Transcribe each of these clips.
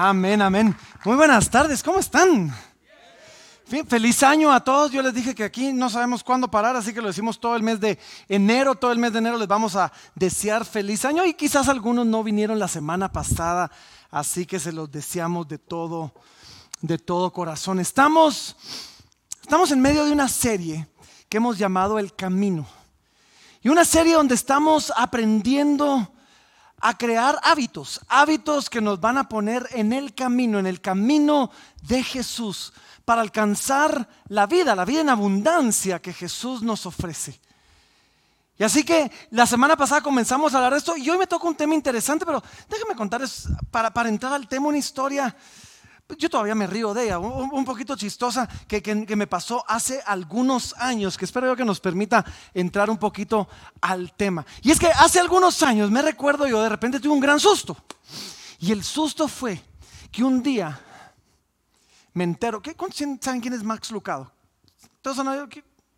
Amén, amén. Muy buenas tardes, ¿cómo están? Feliz año a todos. Yo les dije que aquí no sabemos cuándo parar, así que lo decimos todo el mes de enero. Todo el mes de enero les vamos a desear feliz año. Y quizás algunos no vinieron la semana pasada, así que se los deseamos de todo corazón. Estamos en medio de una serie que hemos llamado El Camino. Y una serie donde estamos aprendiendo a crear hábitos que nos van a poner en el camino de Jesús para alcanzar la vida en abundancia que Jesús nos ofrece. Y así que la semana pasada comenzamos a hablar de esto y hoy me toca un tema interesante, pero déjenme contarles para entrar al tema una historia. Yo todavía me río de ella, un poquito chistosa que me pasó hace algunos años, que espero yo que nos permita entrar un poquito al tema. Y es que hace algunos años, me recuerdo yo, de repente tuve un gran susto. Y el susto fue que un día me entero, ¿saben quién es Max Lucado? ¿Todos han oído?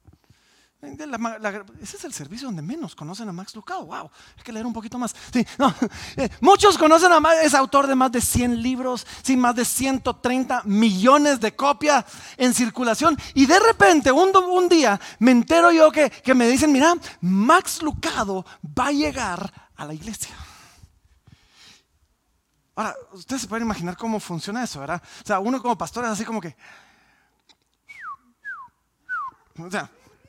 Ese es el servicio donde menos conocen a Max Lucado. Wow, hay que leer un poquito más. Sí, no, muchos conocen a Max, es autor de más de 100 libros, sí, más de 130 millones de copias en circulación. Y de repente, un día, me entero yo que me dicen, mira, Max Lucado va a llegar a la iglesia. Ahora, ustedes se pueden imaginar cómo funciona eso, ¿verdad? O sea, uno como pastor es así como que... O sea...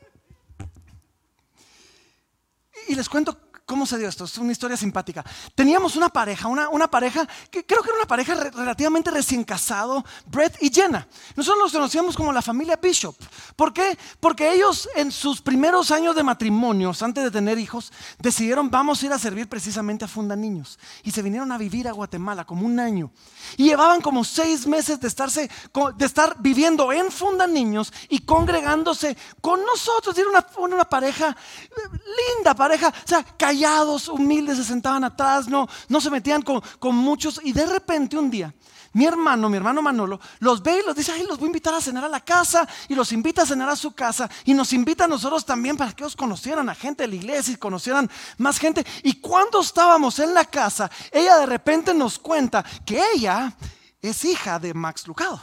Y les cuento cómo se dio esto, es una historia simpática. Teníamos una pareja que creo que era una pareja relativamente recién casado, Brett y Jenna. Nosotros los conocíamos como la familia Bishop. ¿Por qué? Porque ellos en sus primeros años de matrimonios, antes de tener hijos, decidieron vamos a ir a servir precisamente a Funda Niños. Y se vinieron a vivir a Guatemala como un año. Y llevaban como 6 meses de estar viviendo en Funda Niños y congregándose con nosotros. Era una pareja, linda pareja, o sea, callados, humildes, se sentaban atrás, no se metían con muchos. Y de repente un día, mi hermano Manolo, los ve y los dice, ay, los voy a invitar a cenar a la casa. Y los invita a cenar a su casa. Y nos invita a nosotros también para que ellos conocieran a gente de la iglesia y conocieran más gente. Y cuando estábamos en la casa, ella de repente nos cuenta que ella es hija de Max Lucado.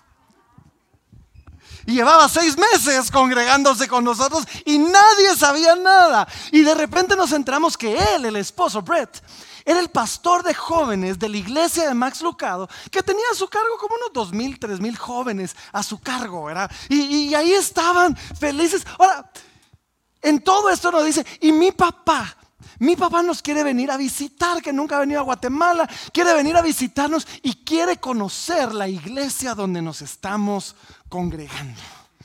Y llevaba 6 meses congregándose con nosotros y nadie sabía nada. Y de repente nos enteramos que él, el esposo Brett, era el pastor de jóvenes de la iglesia de Max Lucado, que tenía a su cargo como unos 2,000, 3,000 jóvenes a su cargo, ¿verdad? Y ahí estaban felices. Ahora, en todo esto nos dice, y mi papá nos quiere venir a visitar, que nunca ha venido a Guatemala, quiere venir a visitarnos y quiere conocer la iglesia donde nos estamos congregando.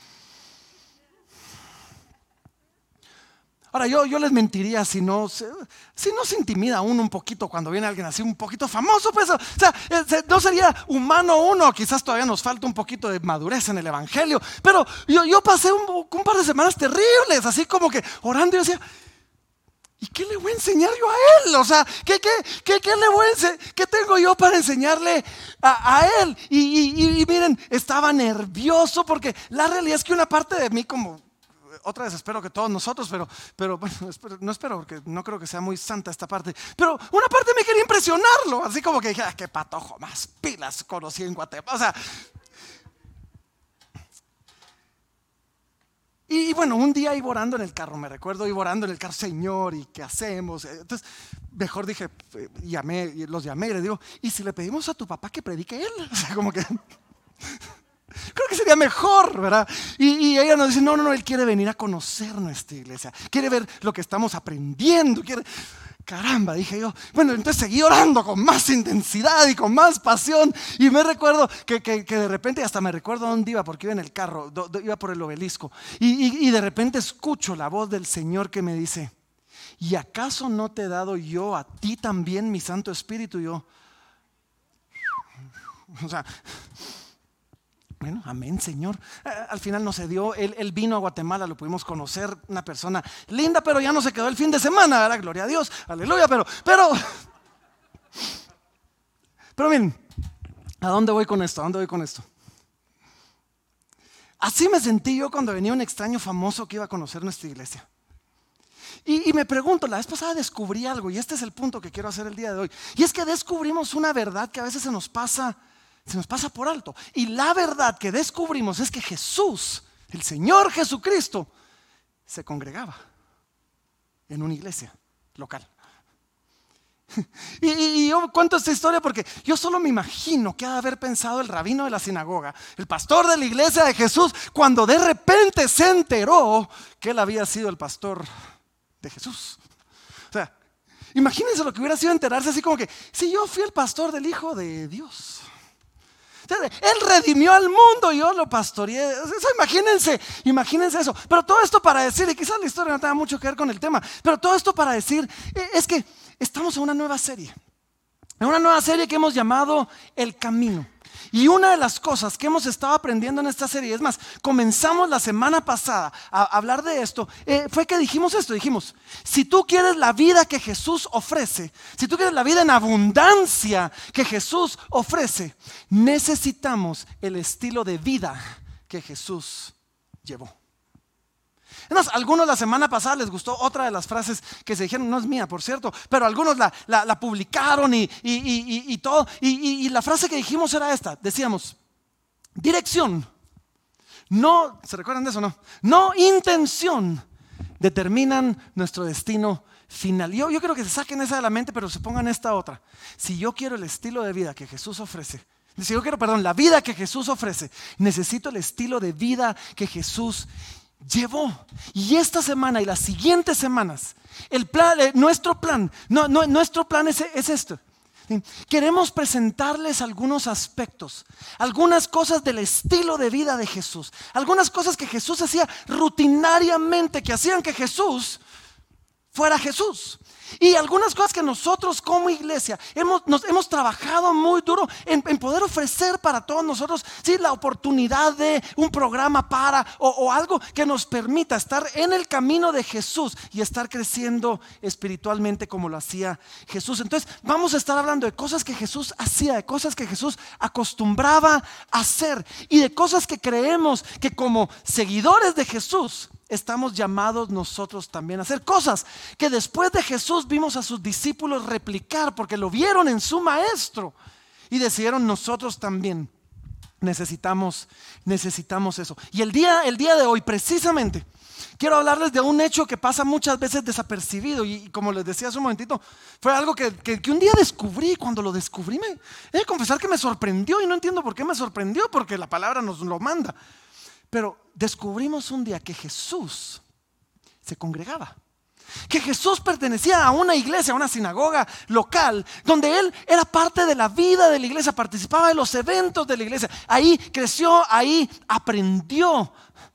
Ahora yo les mentiría si no se intimida a uno un poquito cuando viene alguien así un poquito famoso, pues, o sea, no sería humano uno, quizás todavía nos falta un poquito de madurez en el evangelio, pero yo pasé un par de semanas terribles, así como que orando y decía, ¿y qué le voy a enseñar yo a él? O sea, ¿qué le voy a enseñar? ¿Qué tengo yo para enseñarle a él? Y miren, estaba nervioso porque la realidad es que una parte de mí, como otra vez espero que todos nosotros, pero bueno, no espero porque no creo que sea muy santa esta parte, pero una parte me quería impresionarlo, así como que dije, qué patojo más pilas conocí en Guatemala, o sea. Y bueno, un día iba orando en el carro, me recuerdo, iba orando en el carro, Señor, ¿y qué hacemos? Entonces, mejor dije, los llamé y les digo, ¿y si le pedimos a tu papá que predique él? O sea, como que, creo que sería mejor, ¿verdad? Y ella nos dice, no, él quiere venir a conocer nuestra iglesia, quiere ver lo que estamos aprendiendo, Caramba, dije yo. Bueno, entonces seguí orando con más intensidad y con más pasión. Y me recuerdo que de repente, hasta me recuerdo dónde iba, porque iba en el carro, iba por el Obelisco. Y de repente escucho la voz del Señor que me dice, ¿y acaso no te he dado yo a ti también mi Santo Espíritu? Y yo, o sea... Bueno, amén, Señor. Al final no se dio, él vino a Guatemala, lo pudimos conocer, una persona linda, pero ya no se quedó el fin de semana, ¿verdad? Gloria a Dios, aleluya, pero miren, ¿a dónde voy con esto? Así me sentí yo cuando venía un extraño famoso que iba a conocer nuestra iglesia. Y me pregunto, la vez pasada descubrí algo, y este es el punto que quiero hacer el día de hoy, y es que descubrimos una verdad que a veces se nos pasa se nos pasa por alto. Y la verdad que descubrimos es que Jesús, el Señor Jesucristo, se congregaba en una iglesia local. Y yo cuento esta historia porque yo solo me imagino que ha de haber pensado el rabino de la sinagoga, el pastor de la iglesia de Jesús, cuando de repente se enteró que él había sido el pastor de Jesús. O sea, imagínense lo que hubiera sido enterarse así como que, si yo fui el pastor del Hijo de Dios. Él redimió al mundo y yo lo pastoreé. Imagínense eso. Pero todo esto para decir, y quizás la historia no tenga mucho que ver con el tema, pero todo esto para decir es que estamos en una nueva serie. En una nueva serie que hemos llamado El Camino. Y una de las cosas que hemos estado aprendiendo en esta serie, es más, comenzamos la semana pasada a hablar de esto, fue que dijimos esto, dijimos, si tú quieres la vida que Jesús ofrece, si tú quieres la vida en abundancia que Jesús ofrece, necesitamos el estilo de vida que Jesús llevó. Además, a algunos la semana pasada les gustó otra de las frases que se dijeron, no es mía por cierto, pero algunos la publicaron y todo. Y la frase que dijimos era esta, decíamos, dirección, no, ¿se recuerdan de eso? No intención determinan nuestro destino final. Yo quiero que se saquen esa de la mente, pero se pongan esta otra. Si yo quiero el estilo de vida que Jesús ofrece, si yo quiero, la vida que Jesús ofrece, necesito el estilo de vida que Jesús llevó. Y esta semana y las siguientes semanas, nuestro plan es esto. Queremos presentarles algunos aspectos, algunas cosas del estilo de vida de Jesús, algunas cosas que Jesús hacía rutinariamente, que hacían que Jesús fuera Jesús. Y algunas cosas que nosotros como iglesia hemos trabajado muy duro en poder ofrecer para todos nosotros, ¿sí? La oportunidad de un programa o algo que nos permita estar en el camino de Jesús y estar creciendo espiritualmente como lo hacía Jesús. Entonces vamos a estar hablando de cosas que Jesús hacía, de cosas que Jesús acostumbraba a hacer y de cosas que creemos que como seguidores de Jesús estamos llamados nosotros también a hacer, cosas que después de Jesús vimos a sus discípulos replicar porque lo vieron en su maestro y decidieron nosotros también necesitamos eso. Y el día de hoy precisamente quiero hablarles de un hecho que pasa muchas veces desapercibido y como les decía hace un momentito, fue algo que un día descubrí. Cuando lo descubrí he de confesar que me sorprendió y no entiendo por qué me sorprendió, porque la palabra nos lo manda. Pero descubrimos un día que Jesús se congregaba, que Jesús pertenecía a una iglesia, a una sinagoga local, donde Él era parte de la vida de la iglesia, participaba de los eventos de la iglesia. Ahí creció, ahí aprendió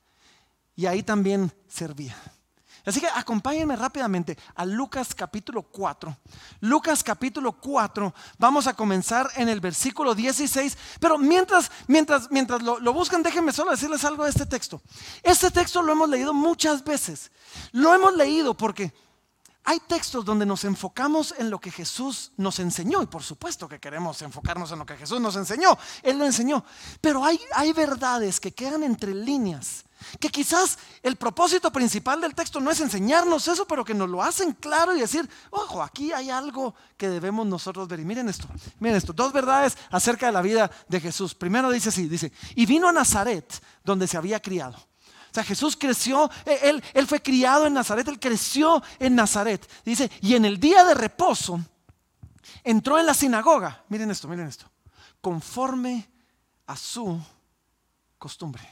y ahí también servía. Así que acompáñenme rápidamente a Lucas capítulo 4. Lucas capítulo 4, vamos a comenzar en el versículo 16. Pero mientras lo buscan, déjenme solo decirles algo de este texto. Este texto lo hemos leído muchas veces. Lo hemos leído porque hay textos donde nos enfocamos en lo que Jesús nos enseñó. Y por supuesto que queremos enfocarnos en lo que Jesús nos enseñó. Él lo enseñó. Pero hay verdades que quedan entre líneas, que quizás el propósito principal del texto no es enseñarnos eso, pero que nos lo hacen claro y decir, ojo, aquí hay algo que debemos nosotros ver. Y miren esto, dos verdades acerca de la vida de Jesús. Primero dice así, y vino a Nazaret, donde se había criado. O sea, Jesús creció, él fue criado en Nazaret, él creció en Nazaret. Dice, y en el día de reposo entró en la sinagoga, miren esto, conforme a su costumbre.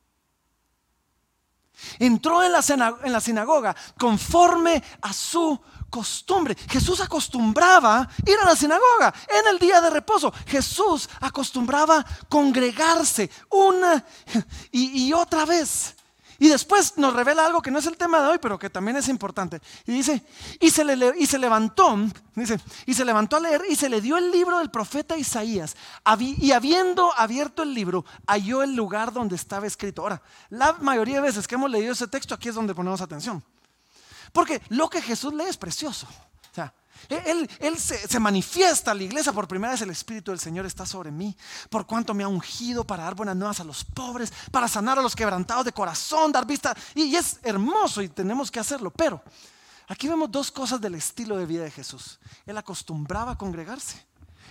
Entró en la sinagoga conforme a su costumbre. Jesús acostumbraba ir a la sinagoga en el día de reposo. Jesús acostumbraba congregarse una y otra vez. Y después nos revela algo que no es el tema de hoy, pero que también es importante. Y dice, y se levantó a leer y se le dio el libro del profeta Isaías. Y habiendo abierto el libro, halló el lugar donde estaba escrito. Ahora, la mayoría de veces que hemos leído ese texto, aquí es donde ponemos atención. Porque lo que Jesús lee es precioso. O sea, Él se manifiesta a la iglesia por primera vez. El Espíritu del Señor está sobre mí, por cuanto me ha ungido para dar buenas nuevas a los pobres, para sanar a los quebrantados de corazón, dar vista. Y es hermoso y tenemos que hacerlo. Pero aquí vemos dos cosas del estilo de vida de Jesús. Él acostumbraba a congregarse.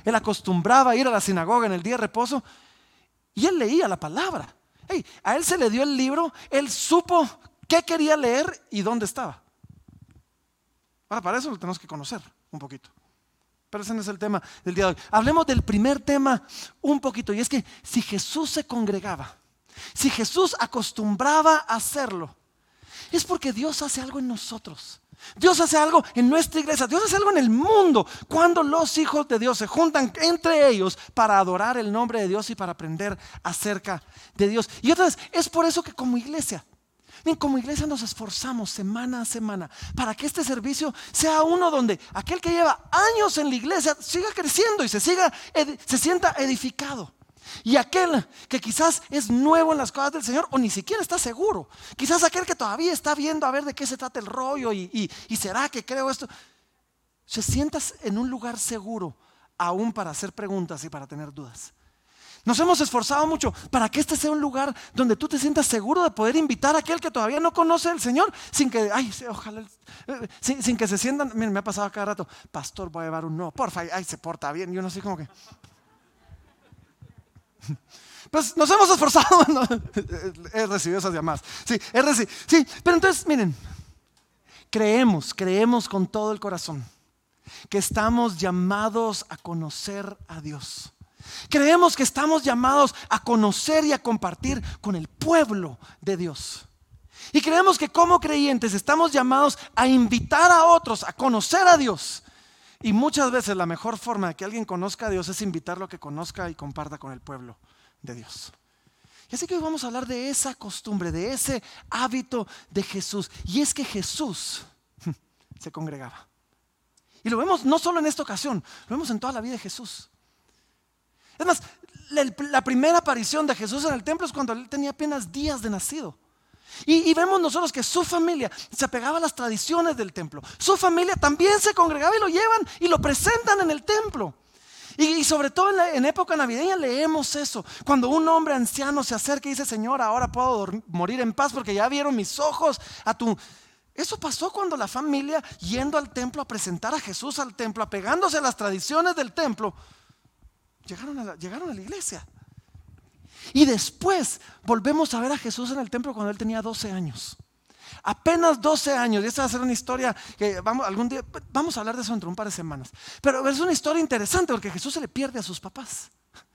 Él acostumbraba a ir a la sinagoga en el día de reposo y él leía la palabra. Hey, a él se le dio el libro, él supo qué quería leer y dónde estaba. Ahora, para eso lo tenemos que conocer un poquito. Pero ese no es el tema del día de hoy. Hablemos del primer tema un poquito, y es que si Jesús se congregaba, si Jesús acostumbraba a hacerlo, es porque Dios hace algo en nosotros. Dios hace algo en nuestra iglesia, Dios hace algo en el mundo cuando los hijos de Dios se juntan entre ellos para adorar el nombre de Dios y para aprender acerca de Dios. Y otra vez, es por eso que como iglesia nos esforzamos semana a semana para que este servicio sea uno donde aquel que lleva años en la iglesia siga creciendo y se sienta edificado. Y aquel que quizás es nuevo en las cosas del Señor o ni siquiera está seguro, quizás aquel que todavía está viendo a ver de qué se trata el rollo y será que creo esto, se sienta en un lugar seguro aún para hacer preguntas y para tener dudas. Nos hemos esforzado mucho para que este sea un lugar donde tú te sientas seguro de poder invitar a aquel que todavía no conoce al Señor sin que, ojalá, sin que se sientan. Miren, me ha pasado cada rato, pastor, voy a llevar un no, porfa, se porta bien. Yo no sé cómo que. Pues nos hemos esforzado, ¿no? He recibido esas llamadas. Sí, pero entonces, miren, creemos con todo el corazón que estamos llamados a conocer a Dios. Creemos que estamos llamados a conocer y a compartir con el pueblo de Dios. Y creemos que como creyentes estamos llamados a invitar a otros a conocer a Dios. Y muchas veces la mejor forma de que alguien conozca a Dios es invitarlo a que conozca y comparta con el pueblo de Dios. Y así que hoy vamos a hablar de esa costumbre, de ese hábito de Jesús. Y es que Jesús se congregaba. Y lo vemos no solo en esta ocasión, lo vemos en toda la vida de Jesús. Es más, la primera aparición de Jesús en el templo es cuando él tenía apenas días de nacido. Y vemos nosotros que su familia se apegaba a las tradiciones del templo. Su familia también se congregaba y lo llevan y lo presentan en el templo. Y sobre todo en época navideña leemos eso. Cuando un hombre anciano se acerca y dice: Señor, ahora puedo morir en paz porque ya vieron mis ojos a tu... Eso pasó cuando la familia, yendo al templo a presentar a Jesús al templo, apegándose a las tradiciones del templo, llegaron a la iglesia. Y después volvemos a ver a Jesús en el templo cuando él tenía 12 años. Apenas 12 años. Y esta va a ser una historia que algún día vamos a hablar de eso dentro de un par de semanas. Pero es una historia interesante porque Jesús se le pierde a sus papás.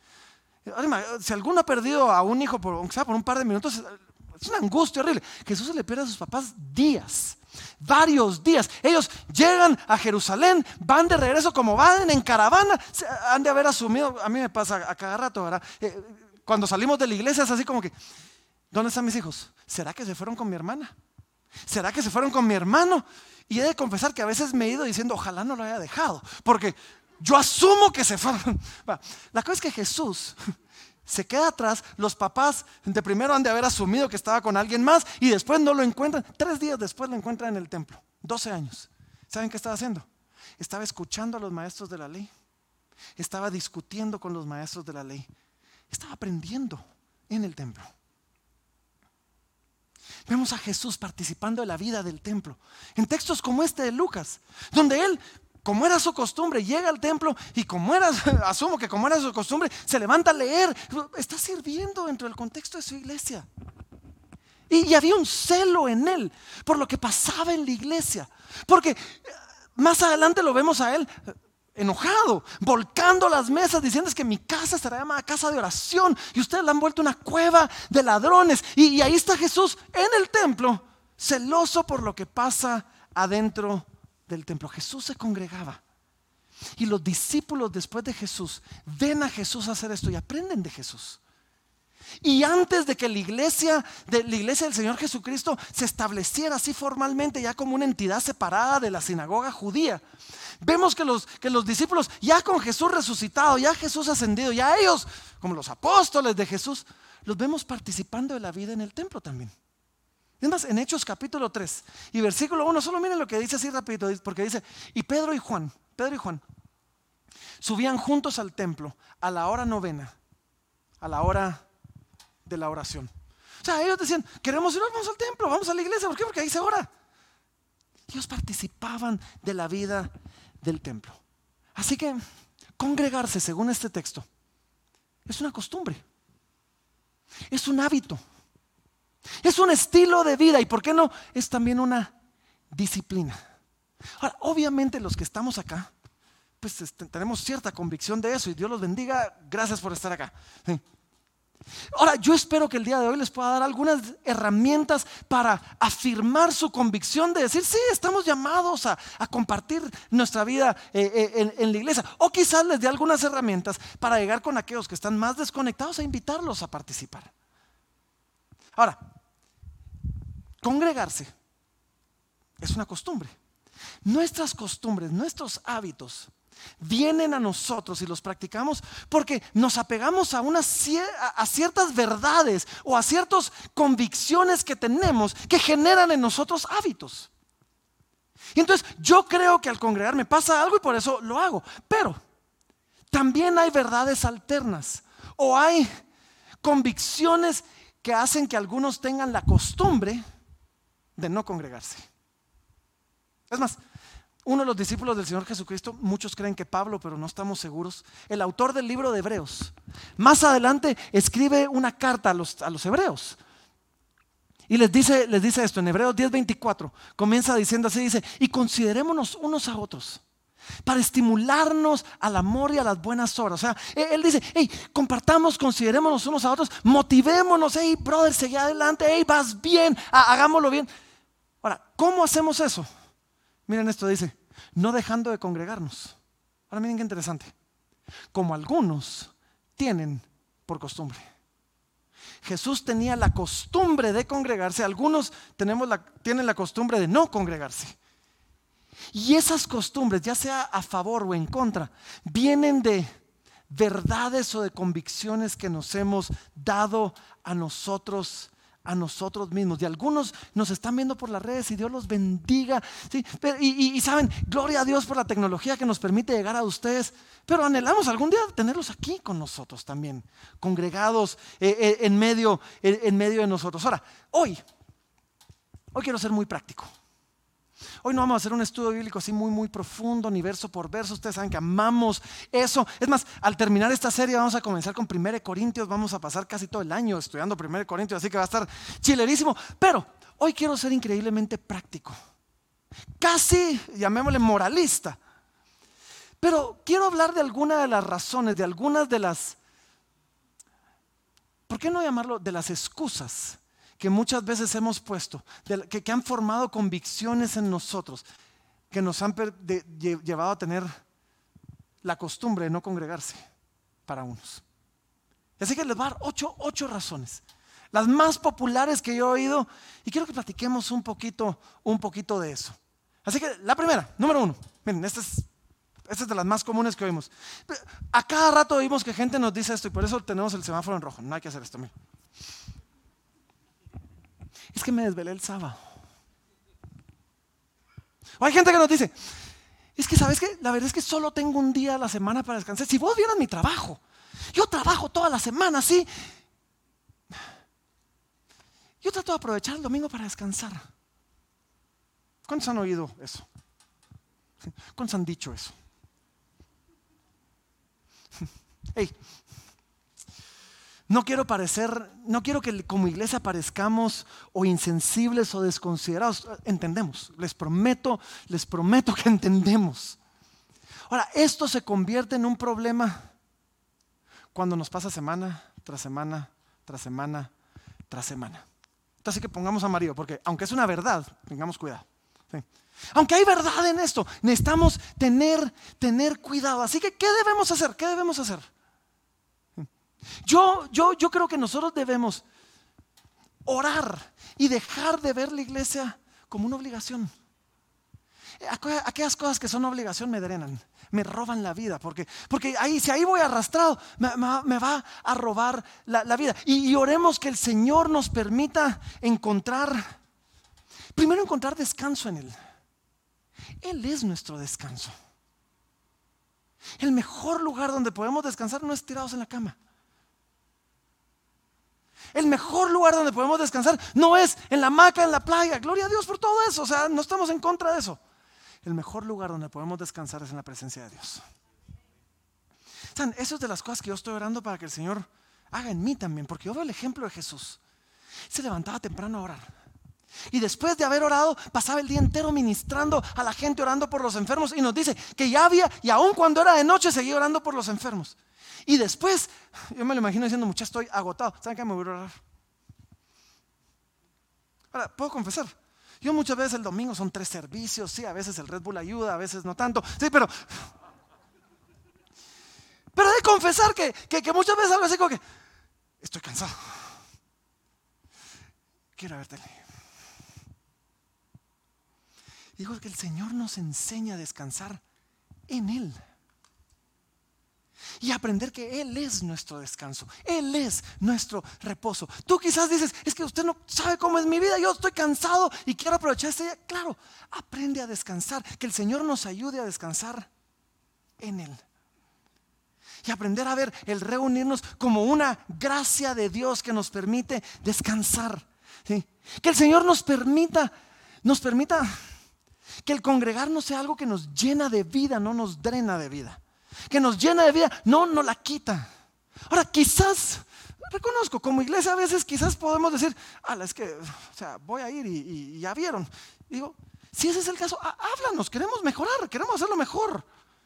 Si alguno ha perdido a un hijo aunque sea por un par de minutos, es una angustia horrible. Jesús se le pierde a sus papás días, varios días. Ellos llegan a Jerusalén, van de regreso, como van en caravana, han de haber asumido. A mí me pasa a cada rato, ¿verdad? Cuando salimos de la iglesia es así como que: ¿dónde están mis hijos? ¿Será que se fueron con mi hermana? ¿Será que se fueron con mi hermano? Y he de confesar que a veces me he ido diciendo: ojalá no lo haya dejado, porque yo asumo que se fueron. La cosa es que Jesús se queda atrás. Los papás de primero han de haber asumido que estaba con alguien más y después no lo encuentran. 3 días después lo encuentran en el templo. 12 años. ¿Saben qué estaba haciendo? Estaba escuchando a los maestros de la ley. Estaba discutiendo con los maestros de la ley. Estaba aprendiendo en el templo. Vemos a Jesús participando de la vida del templo en textos como este de Lucas, donde él, como era su costumbre, llega al templo y asumo que como era su costumbre, se levanta a leer. Está sirviendo dentro del contexto de su iglesia. Y había un celo en él por lo que pasaba en la iglesia, porque más adelante lo vemos a él enojado, volcando las mesas, diciendo: es que mi casa será llamada casa de oración y ustedes la han vuelto una cueva de ladrones. Y ahí está Jesús en el templo, celoso por lo que pasa adentro del templo. Jesús se congregaba y los discípulos después de Jesús ven a Jesús hacer esto y aprenden de Jesús. Y antes de que la iglesia del Señor Jesucristo se estableciera así formalmente, ya como una entidad separada de la sinagoga judía, vemos que los discípulos, ya con Jesús resucitado, ya Jesús ascendido, ya ellos, como los apóstoles de Jesús, los vemos participando de la vida en el templo también. Es más, en Hechos capítulo 3 y versículo 1, solo miren lo que dice así rápido, porque dice: y Pedro y Juan subían juntos al templo a la hora novena, a la hora de la oración. O sea, ellos decían: queremos ir, vamos al templo, vamos a la iglesia. ¿Por qué? Porque ahí se ora. Ellos participaban de la vida del templo. Así que Congregarse, según este texto, es una costumbre, es un hábito, es un estilo de vida y, ¿por qué no?, es también una disciplina. Ahora, obviamente los que estamos acá, pues tenemos cierta convicción de eso y Dios los bendiga, gracias por estar acá. Sí. Ahora, yo espero que el día de hoy les pueda dar algunas herramientas para afirmar su convicción de decir, sí, estamos llamados a compartir nuestra vida en la iglesia. O quizás les dé algunas herramientas para llegar con aquellos que están más desconectados e invitarlos a participar. Ahora, congregarse es una costumbre. Nuestras costumbres, nuestros hábitos vienen a nosotros y los practicamos porque nos apegamos a ciertas verdades o a ciertas convicciones que tenemos que generan en nosotros hábitos. Y entonces yo creo que al congregarme pasa algo y por eso lo hago. Pero también hay verdades alternas o hay convicciones que hacen que algunos tengan la costumbre de no congregarse. Es más, uno de los discípulos del Señor Jesucristo, muchos creen que Pablo, pero no estamos seguros, el autor del libro de Hebreos, más adelante escribe una carta a los hebreos y les dice esto en Hebreos 10:24, comienza diciendo así, dice, y considerémonos unos a otros para estimularnos al amor y a las buenas obras. O sea, él dice, hey, compartamos, considerémonos unos a otros, motivémonos, hey, brother, seguí adelante, hey, vas bien, hagámoslo bien. Ahora, ¿cómo hacemos eso? Miren esto, dice, no dejando de congregarnos. Ahora miren qué interesante. Como algunos tienen por costumbre. Jesús tenía la costumbre de congregarse, algunos tienen la costumbre de no congregarse. Y esas costumbres, ya sea a favor o en contra, vienen de verdades o de convicciones que nos hemos dado a nosotros mismos. Y algunos nos están viendo por las redes y Dios los bendiga, ¿sí? Y saben, gloria a Dios por la tecnología que nos permite llegar a ustedes, pero anhelamos algún día tenerlos aquí con nosotros también, congregados en medio de nosotros. Ahora, hoy quiero ser muy práctico. Hoy no vamos a hacer un estudio bíblico así muy, muy profundo, ni verso por verso. Ustedes saben que amamos eso. Es más, al terminar esta serie vamos a comenzar con 1 Corintios. Vamos a pasar casi todo el año estudiando 1 Corintios, así que va a estar chilerísimo. Pero hoy quiero ser increíblemente práctico. Casi, llamémosle moralista. Pero quiero hablar de algunas de las razones, de algunas de las, ¿por qué no llamarlo? De las excusas que muchas veces hemos puesto, que han formado convicciones en nosotros, que nos han llevado a tener la costumbre de no congregarse para unos. Así que les voy a dar ocho razones, las más populares que yo he oído, y quiero que platiquemos un poquito de eso. Así que la primera, número 1, miren, esta es de las más comunes que oímos. A cada rato oímos que gente nos dice esto y por eso tenemos el semáforo en rojo. No hay que hacer esto, miren. Es que me desvelé el sábado. O hay gente que nos dice, es que sabes que la verdad es que solo tengo un día a la semana para descansar. Si vos vieras mi trabajo, yo trabajo toda la semana, ¿sí? Yo trato de aprovechar el domingo para descansar. ¿Cuántos han oído eso? ¿Cuántos han dicho eso? Hey, no quiero que como iglesia parezcamos o insensibles o desconsiderados. Entendemos, les prometo que entendemos. Ahora, esto se convierte en un problema cuando nos pasa semana tras semana, tras semana, tras semana. Entonces, así que pongamos amarillo, porque aunque es una verdad, tengamos cuidado. ¿Sí? Aunque hay verdad en esto, necesitamos tener cuidado. Así que, ¿qué debemos hacer? ¿Qué debemos hacer? Yo creo que nosotros debemos orar y dejar de ver la iglesia como una obligación. Aquellas cosas que son obligación me drenan, me roban la vida, porque si ahí voy arrastrado, me va a robar la vida. Y oremos que el Señor nos permita primero encontrar descanso en Él. Él es nuestro descanso. El mejor lugar donde podemos descansar no es tirados en la cama. El mejor lugar donde podemos descansar no es en la hamaca, en la playa. Gloria a Dios por todo eso. O sea, no estamos en contra de eso. El mejor lugar donde podemos descansar es en la presencia de Dios. ¿Saben? Eso es de las cosas que yo estoy orando para que el Señor haga en mí también, porque yo veo el ejemplo de Jesús. Se levantaba temprano a orar. Y después de haber orado, pasaba el día entero ministrando a la gente, orando por los enfermos. Y nos dice que ya había, y aun cuando era de noche, seguía orando por los enfermos. Y después, yo me lo imagino diciendo, muchachos, estoy agotado. ¿Saben qué? Me voy a orar. Ahora, puedo confesar, yo muchas veces el domingo son 3 servicios. Sí, a veces el Red Bull ayuda, a veces no tanto. Sí, pero he de confesar que muchas veces algo así como que estoy cansado. Quiero ver tele. Digo que el Señor nos enseña a descansar en Él. Y aprender que Él es nuestro descanso. Él es nuestro reposo. Tú quizás dices, es que usted no sabe cómo es mi vida. Yo estoy cansado y quiero aprovechar este día. Claro, aprende a descansar. Que el Señor nos ayude a descansar en Él. Y aprender a ver el reunirnos como una gracia de Dios que nos permite descansar. ¿Sí? Que el Señor nos permita que el congregarnos sea algo que nos llena de vida, no nos drena de vida. Que nos llena de vida, no nos la quita. Ahora, quizás, reconozco, como iglesia a veces quizás podemos decir, es que, voy a ir y ya vieron. Digo, si ese es el caso, háblanos, queremos mejorar, queremos hacerlo mejor.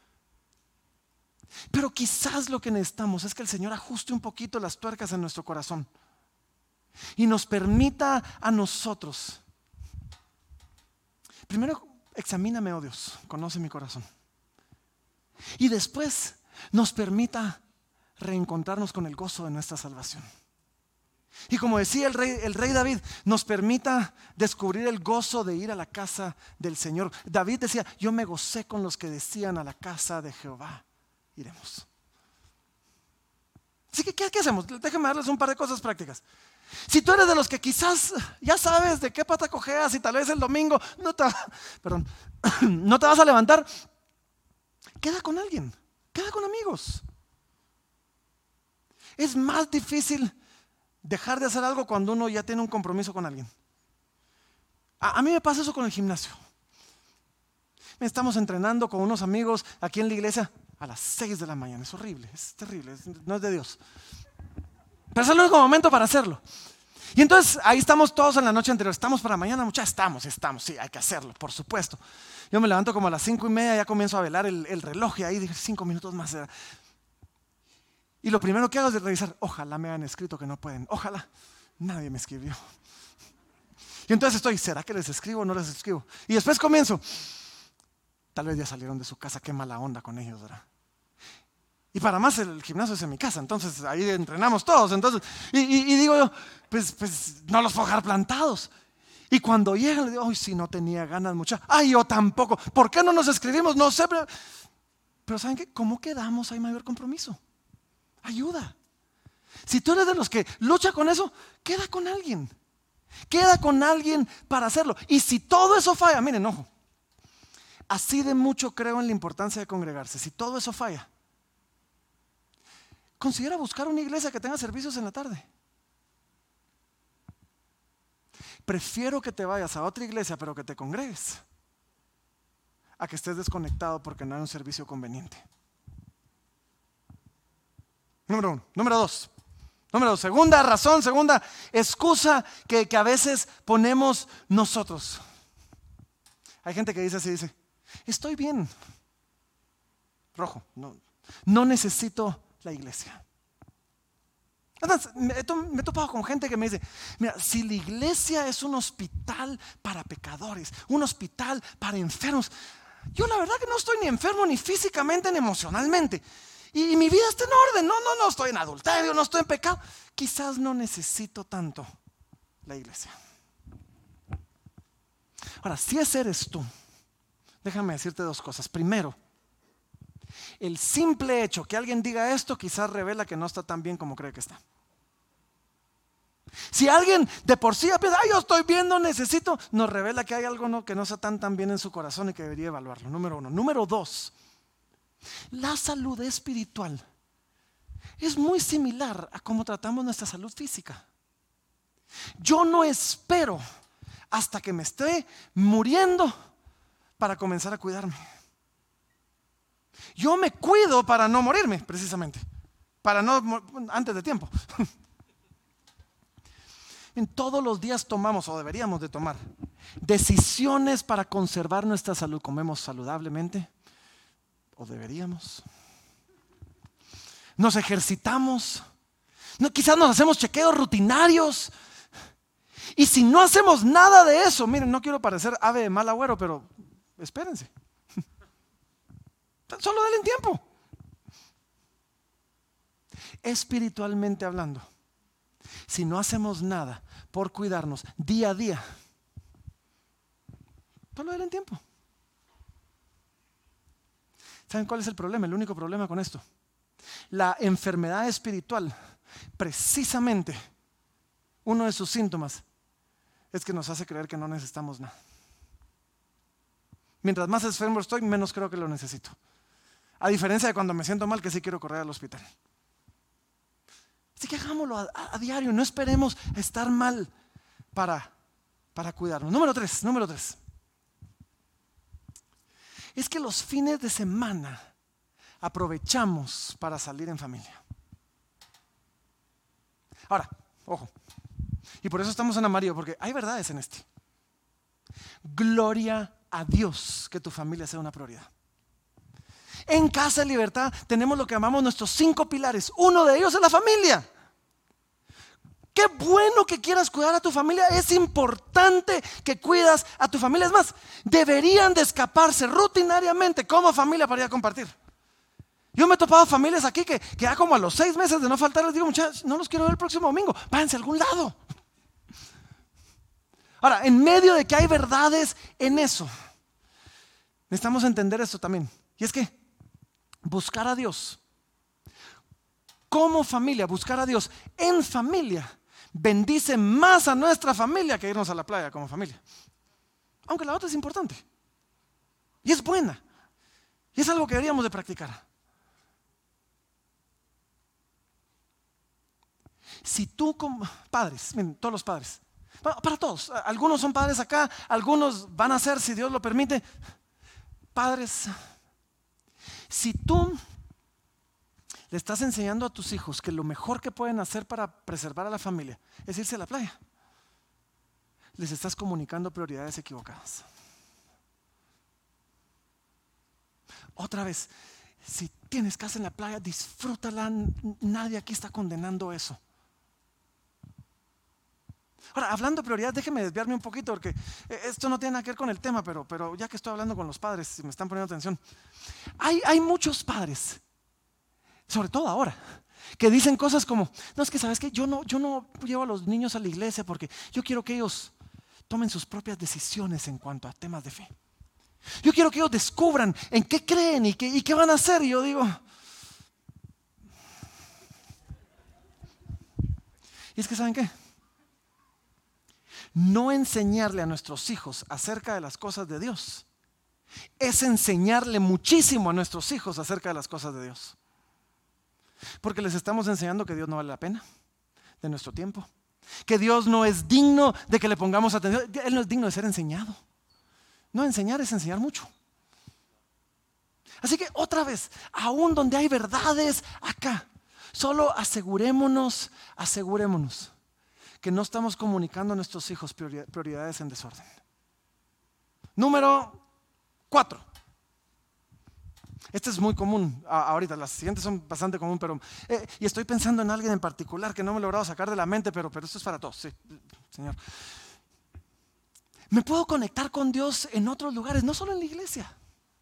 Pero quizás lo que necesitamos es que el Señor ajuste un poquito las tuercas en nuestro corazón y nos permita a nosotros. Primero, examíname, oh Dios, conoce mi corazón. Y después nos permita reencontrarnos con el gozo de nuestra salvación. Y como decía el rey David, nos permita descubrir el gozo de ir a la casa del Señor. David decía, yo me gocé con los que decían, a la casa de Jehová iremos. Así que, ¿qué hacemos? Déjenme darles un par de cosas prácticas. Si tú eres de los que quizás ya sabes de qué pata cojeas y tal vez el domingo no te vas a levantar, queda con alguien, queda con amigos. Es más difícil dejar de hacer algo cuando uno ya tiene un compromiso con alguien. A mí me pasa eso con el gimnasio. Estamos entrenando con unos amigos aquí en la iglesia a las 6 de la mañana. Es horrible, es terrible, no es de Dios. Pero es el único momento para hacerlo. Y entonces ahí estamos todos en la noche anterior. ¿Estamos para mañana? Muchachos, estamos, sí, hay que hacerlo, por supuesto. Yo me levanto como a las 5:30, ya comienzo a velar el reloj y ahí dije 5 minutos más. Y lo primero que hago es revisar, ojalá me hayan escrito que no pueden, ojalá. Nadie me escribió. Y entonces ¿será que les escribo o no les escribo? Y después comienzo, tal vez ya salieron de su casa, qué mala onda con ellos, ¿verdad? Y para más el gimnasio es en mi casa, entonces ahí entrenamos todos. Entonces, y digo yo, pues no los puedo dejar plantados. Y cuando llegan le digo, ay, si no tenía ganas mucha. Ay, yo tampoco. ¿Por qué no nos escribimos? No sé. Pero ¿saben qué? ¿Cómo quedamos? Hay mayor compromiso. Ayuda. Si tú eres de los que lucha con eso, queda con alguien. Queda con alguien para hacerlo. Y si todo eso falla, miren, ojo. Así de mucho creo en la importancia de congregarse. Si todo eso falla, considera buscar una iglesia que tenga servicios en la tarde. Prefiero que te vayas a otra iglesia, pero que te congregues, a que estés desconectado porque no hay un servicio conveniente. Número 1. Número 2. Segunda razón, segunda excusa que a veces ponemos nosotros. Hay gente que dice así, estoy bien. Rojo, no necesito la iglesia. Me he topado con gente que me dice, mira, si la iglesia es un hospital para pecadores, un hospital para enfermos, yo la verdad que no estoy ni enfermo ni físicamente ni emocionalmente, y mi vida está en orden, no estoy en adulterio, no estoy en pecado, quizás no necesito tanto la iglesia. Ahora, si ese eres tú, déjame decirte 2 cosas. Primero, el simple hecho que alguien diga esto quizás revela que no está tan bien como cree que está. Si alguien de por sí piensa, yo estoy bien, no necesito, nos revela que hay algo que no está tan bien en su corazón y que debería evaluarlo. Número 1. Número 2, la salud espiritual es muy similar a cómo tratamos nuestra salud física. Yo no espero hasta que me esté muriendo para comenzar a cuidarme. Yo me cuido para no morirme, precisamente. Para no, antes de tiempo. En todos los días tomamos, o deberíamos de tomar, decisiones para conservar nuestra salud. ¿Comemos saludablemente? ¿O deberíamos? ¿Nos ejercitamos? No, quizás nos hacemos chequeos rutinarios. Y si no hacemos nada de eso, miren, no quiero parecer ave de mal agüero, pero espérense. Solo denle tiempo. Espiritualmente hablando, si no hacemos nada por cuidarnos día a día, solo denle tiempo. ¿Saben cuál es el problema? El único problema con esto. La enfermedad espiritual, precisamente, uno de sus síntomas es que nos hace creer que no necesitamos nada. Mientras más enfermo estoy, menos creo que lo necesito. A diferencia de cuando me siento mal, que sí quiero correr al hospital. Así que hagámoslo a diario, no esperemos estar mal para cuidarnos. Número tres. Es que los fines de semana aprovechamos para salir en familia. Ahora, ojo, y por eso estamos en amarillo, porque hay verdades en este. Gloria a Dios que tu familia sea una prioridad. En Casa de Libertad tenemos lo que llamamos nuestros 5 pilares. Uno de ellos es la familia. Qué bueno que quieras cuidar a tu familia. Es importante que cuidas a tu familia. Es más, deberían de escaparse rutinariamente como familia para ir a compartir. Yo me he topado familias aquí que ya como a los 6 meses de no faltar les digo, muchachos, no los quiero ver el próximo domingo, váyanse a algún lado. Ahora, en medio de que hay verdades en eso, necesitamos entender esto también. Y es que buscar a Dios como familia, buscar a Dios en familia, bendice más a nuestra familia que irnos a la playa como familia. Aunque la otra es importante. Y es buena. Y es algo que deberíamos de practicar. Si tú como padres, miren, todos los padres, para todos, algunos son padres acá, algunos van a ser, si Dios lo permite, padres. Si tú le estás enseñando a tus hijos que lo mejor que pueden hacer para preservar a la familia es irse a la playa, les estás comunicando prioridades equivocadas. Otra vez, si tienes casa en la playa, disfrútala. Nadie aquí está condenando eso. Ahora, hablando de prioridades, déjenme desviarme un poquito porque esto no tiene nada que ver con el tema, pero ya que estoy hablando con los padres, si me están poniendo atención, hay muchos padres, sobre todo ahora, que dicen cosas como, no, es que sabes que yo no llevo a los niños a la iglesia porque yo quiero que ellos tomen sus propias decisiones en cuanto a temas de fe. Yo quiero que ellos descubran en qué creen y qué van a hacer. Y yo digo, y es que ¿saben qué? No enseñarle a nuestros hijos acerca de las cosas de Dios es enseñarle muchísimo a nuestros hijos acerca de las cosas de Dios. Porque les estamos enseñando que Dios no vale la pena de nuestro tiempo, que Dios no es digno de que le pongamos atención. Él no es digno de ser enseñado. No, enseñar es enseñar mucho. Así que otra vez, aún donde hay verdades acá, solo asegurémonos que no estamos comunicando a nuestros hijos prioridades en desorden. Número 4. Este es muy común ahorita, las siguientes son bastante común, pero y estoy pensando en alguien en particular que no me he logrado sacar de la mente, pero esto es para todos, sí, Señor. Me puedo conectar con Dios en otros lugares, no solo en la iglesia.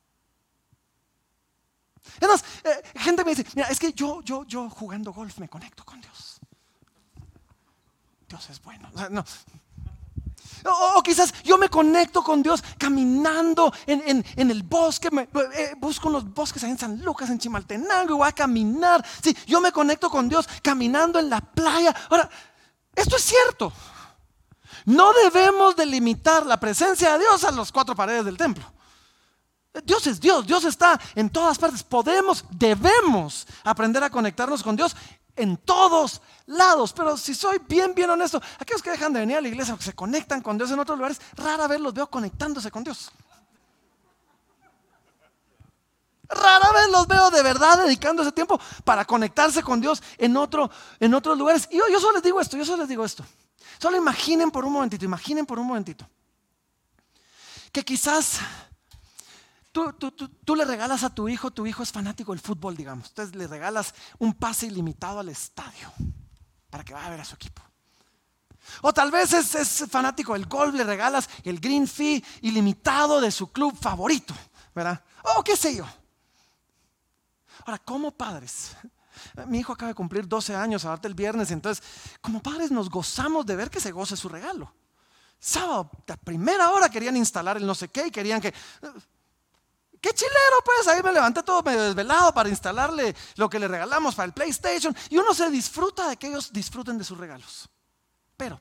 Es más, gente me dice, mira, es que yo jugando golf me conecto con Dios. Dios es bueno. O sea, no. O quizás yo me conecto con Dios caminando en el bosque, busco unos bosques ahí en San Lucas, en Chimaltenango, y voy a caminar. Sí, yo me conecto con Dios caminando en la playa. Ahora, esto es cierto. No debemos delimitar la presencia de Dios a las 4 paredes del templo. Dios es Dios, Dios está en todas partes. Debemos aprender a conectarnos con Dios en todos lados. Pero si soy bien honesto, aquellos que dejan de venir a la iglesia, que se conectan con Dios en otros lugares, rara vez los veo conectándose con Dios. Rara vez los veo de verdad dedicando ese tiempo para conectarse con Dios en otros lugares. Y yo solo les digo esto. Solo imaginen por un momentito. Que quizás tú le regalas a tu hijo es fanático del fútbol, digamos. Entonces le regalas un pase ilimitado al estadio para que vaya a ver a su equipo. O tal vez es fanático del golf, le regalas el green fee ilimitado de su club favorito, ¿verdad? O qué sé yo. Ahora, como padres, mi hijo acaba de cumplir 12 años, ahorita el viernes, entonces, como padres nos gozamos de ver que se goce su regalo. Sábado, a primera hora querían instalar el no sé qué y querían que... ¡Qué chilero, pues! Ahí me levanté todo medio desvelado para instalarle lo que le regalamos para el PlayStation. Y uno se disfruta de que ellos disfruten de sus regalos. Pero.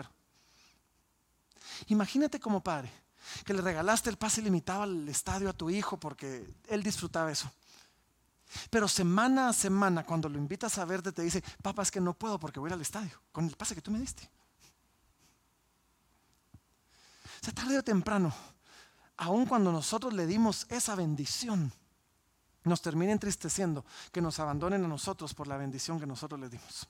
Imagínate como padre que le regalaste el pase ilimitado al estadio a tu hijo porque él disfrutaba eso. Pero semana a semana, cuando lo invitas a verte, te dice: papá, es que no puedo porque voy a ir al estadio con el pase que tú me diste. O sea, tarde o temprano, aun cuando nosotros le dimos esa bendición, nos termina entristeciendo que nos abandonen a nosotros por la bendición que nosotros les dimos.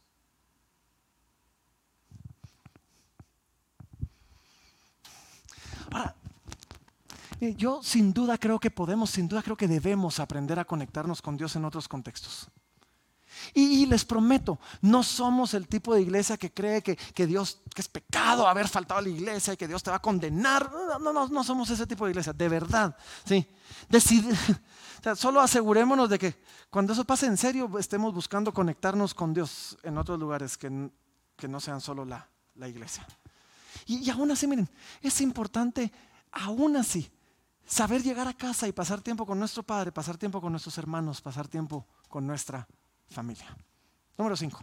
Ahora, yo sin duda creo que debemos aprender a conectarnos con Dios en otros contextos. Y les prometo, no somos el tipo de iglesia que cree que Dios, que es pecado haber faltado a la iglesia y que Dios te va a condenar. No somos ese tipo de iglesia, de verdad. ¿Sí? O sea, solo asegurémonos de que cuando eso pase en serio, estemos buscando conectarnos con Dios en otros lugares que no sean solo la iglesia. Y aún así, miren, es importante, aún así, saber llegar a casa y pasar tiempo con nuestro Padre, pasar tiempo con nuestros hermanos, pasar tiempo con nuestra familia. Número 5.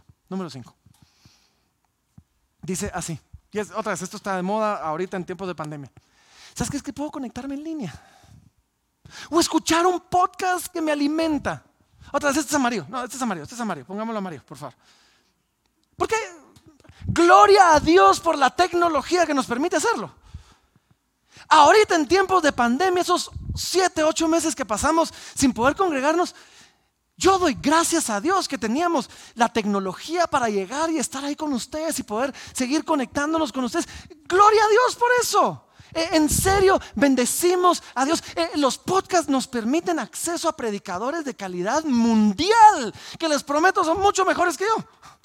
Dice así, y otra vez, esto está de moda ahorita en tiempos de pandemia. ¿Sabes qué? Es que puedo conectarme en línea o escuchar un podcast que me alimenta. Otra vez, este es amarillo. Pongámoslo amarillo, por favor. Porque gloria a Dios por la tecnología que nos permite hacerlo. Ahorita en tiempos de pandemia, esos 7, 8 meses que pasamos sin poder congregarnos, yo doy gracias a Dios que teníamos la tecnología para llegar y estar ahí con ustedes y poder seguir conectándonos con ustedes. Gloria a Dios por eso. En serio, bendecimos a Dios. Los podcasts nos permiten acceso a predicadores de calidad mundial, que les prometo son mucho mejores que yo.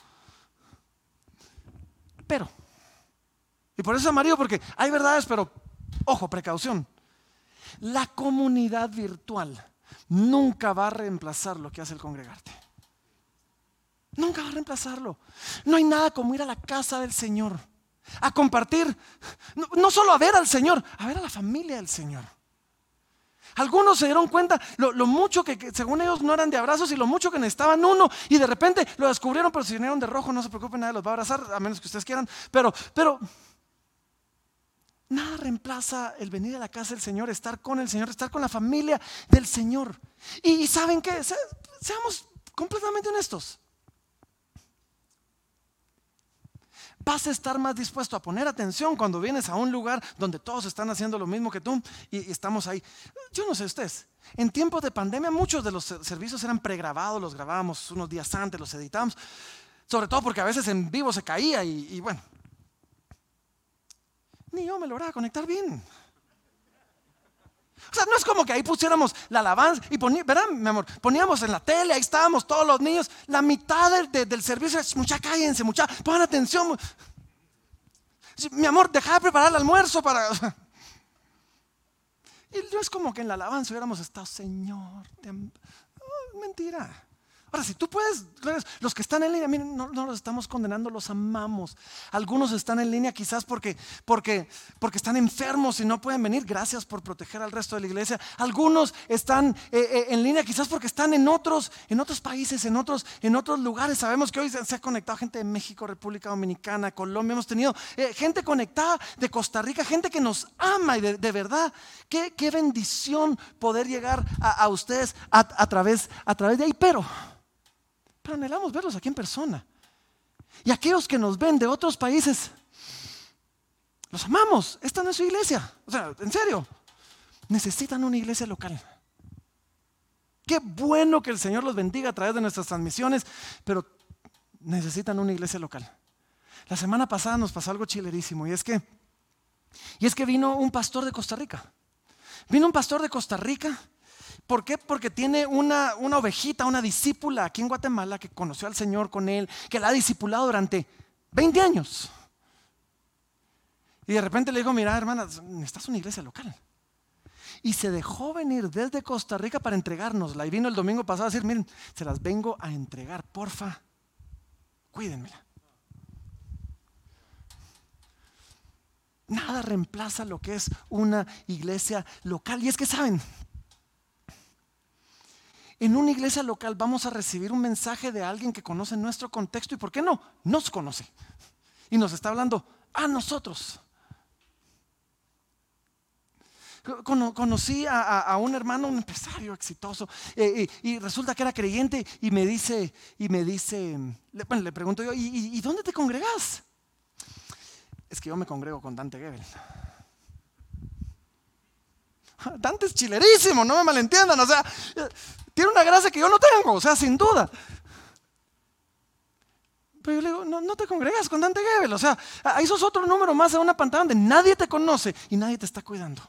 Y por eso es amarillo, porque hay verdades, pero ojo, precaución. La comunidad virtual nunca va a reemplazar lo que hace el congregarte. Nunca va a reemplazarlo. No hay nada como ir a la casa del Señor, a compartir, no solo a ver al Señor, a ver a la familia del Señor. Algunos se dieron cuenta lo mucho que según ellos no eran de abrazos y lo mucho que necesitaban uno, y de repente lo descubrieron, pero se vinieron de rojo. No se preocupen, nadie los va a abrazar a menos que ustedes quieran, pero nada reemplaza el venir a la casa del Señor, estar con el Señor, estar con la familia del Señor. Y ¿saben qué? Seamos completamente honestos. Vas a estar más dispuesto a poner atención cuando vienes a un lugar donde todos están haciendo lo mismo que tú y estamos ahí. Yo no sé ustedes, en tiempos de pandemia muchos de los servicios eran pregrabados, los grabábamos unos días antes, los editábamos, sobre todo porque a veces en vivo se caía y bueno, ni yo me lograba conectar bien. O sea, no es como que ahí pusiéramos la alabanza y ¿verdad, mi amor? Poníamos en la tele, ahí estábamos todos los niños. La mitad del servicio es: mucha, cállense, mucha, pongan atención. Mi amor, deja de preparar el almuerzo para... Y no es como que en la alabanza hubiéramos estado: Señor, mentira. Ahora, si tú puedes, los que están en línea, miren, no los estamos condenando, los amamos. Algunos están en línea quizás porque están enfermos y no pueden venir. Gracias por proteger al resto de la iglesia. Algunos están en línea quizás porque están en otros países, en otros lugares. Sabemos que hoy se ha conectado gente de México, República Dominicana, Colombia. Hemos tenido gente conectada de Costa Rica, gente que nos ama y de verdad, qué bendición poder llegar a ustedes a través de ahí. Pero anhelamos verlos aquí en persona. Y aquellos que nos ven de otros países, los amamos. Esta no es su iglesia. O sea, en serio, necesitan una iglesia local. Qué bueno que el Señor los bendiga a través de nuestras transmisiones, pero necesitan una iglesia local. La semana pasada nos pasó algo chilerísimo y es que vino un pastor de Costa Rica. Vino un pastor de Costa Rica. ¿Por qué? Porque tiene una ovejita, una discípula aquí en Guatemala que conoció al Señor con él, que la ha discipulado durante 20 años. Y de repente le dijo, mira hermana, necesitas una iglesia local. Y se dejó venir desde Costa Rica para entregárnosla. Y vino el domingo pasado a decir, miren, se las vengo a entregar, porfa, cuídenmela. Nada reemplaza lo que es una iglesia local. Y es que saben, en una iglesia local vamos a recibir un mensaje de alguien que conoce nuestro contexto y ¿por qué no? Nos conoce. Y nos está hablando a nosotros. Conocí a un hermano, un empresario exitoso, y resulta que era creyente y me dice, le pregunto yo, ¿y dónde te congregas? Es que yo me congrego con Dante Gebel. Dante es chilerísimo, no me malentiendan, o sea, tiene una gracia que yo no tengo, o sea, sin duda. Pero yo le digo, no te congregas con Dante Gebel, o sea, ahí sos otro número más en una pantalla donde nadie te conoce y nadie te está cuidando.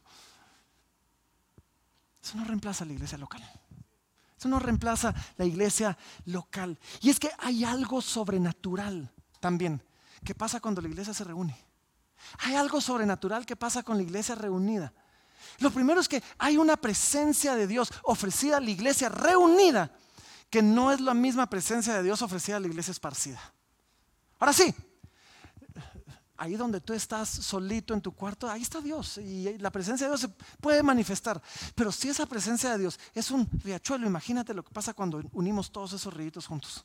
Eso no reemplaza la iglesia local. Eso no reemplaza la iglesia local. Y es que hay algo sobrenatural también que pasa cuando la iglesia se reúne. Hay algo sobrenatural que pasa con la iglesia reunida. Lo primero es que hay una presencia de Dios ofrecida a la iglesia reunida que no es la misma presencia de Dios ofrecida a la iglesia esparcida. Ahora sí, ahí donde tú estás solito en tu cuarto, ahí está Dios y la presencia de Dios se puede manifestar. Pero si esa presencia de Dios es un riachuelo, imagínate lo que pasa cuando unimos todos esos ríos juntos.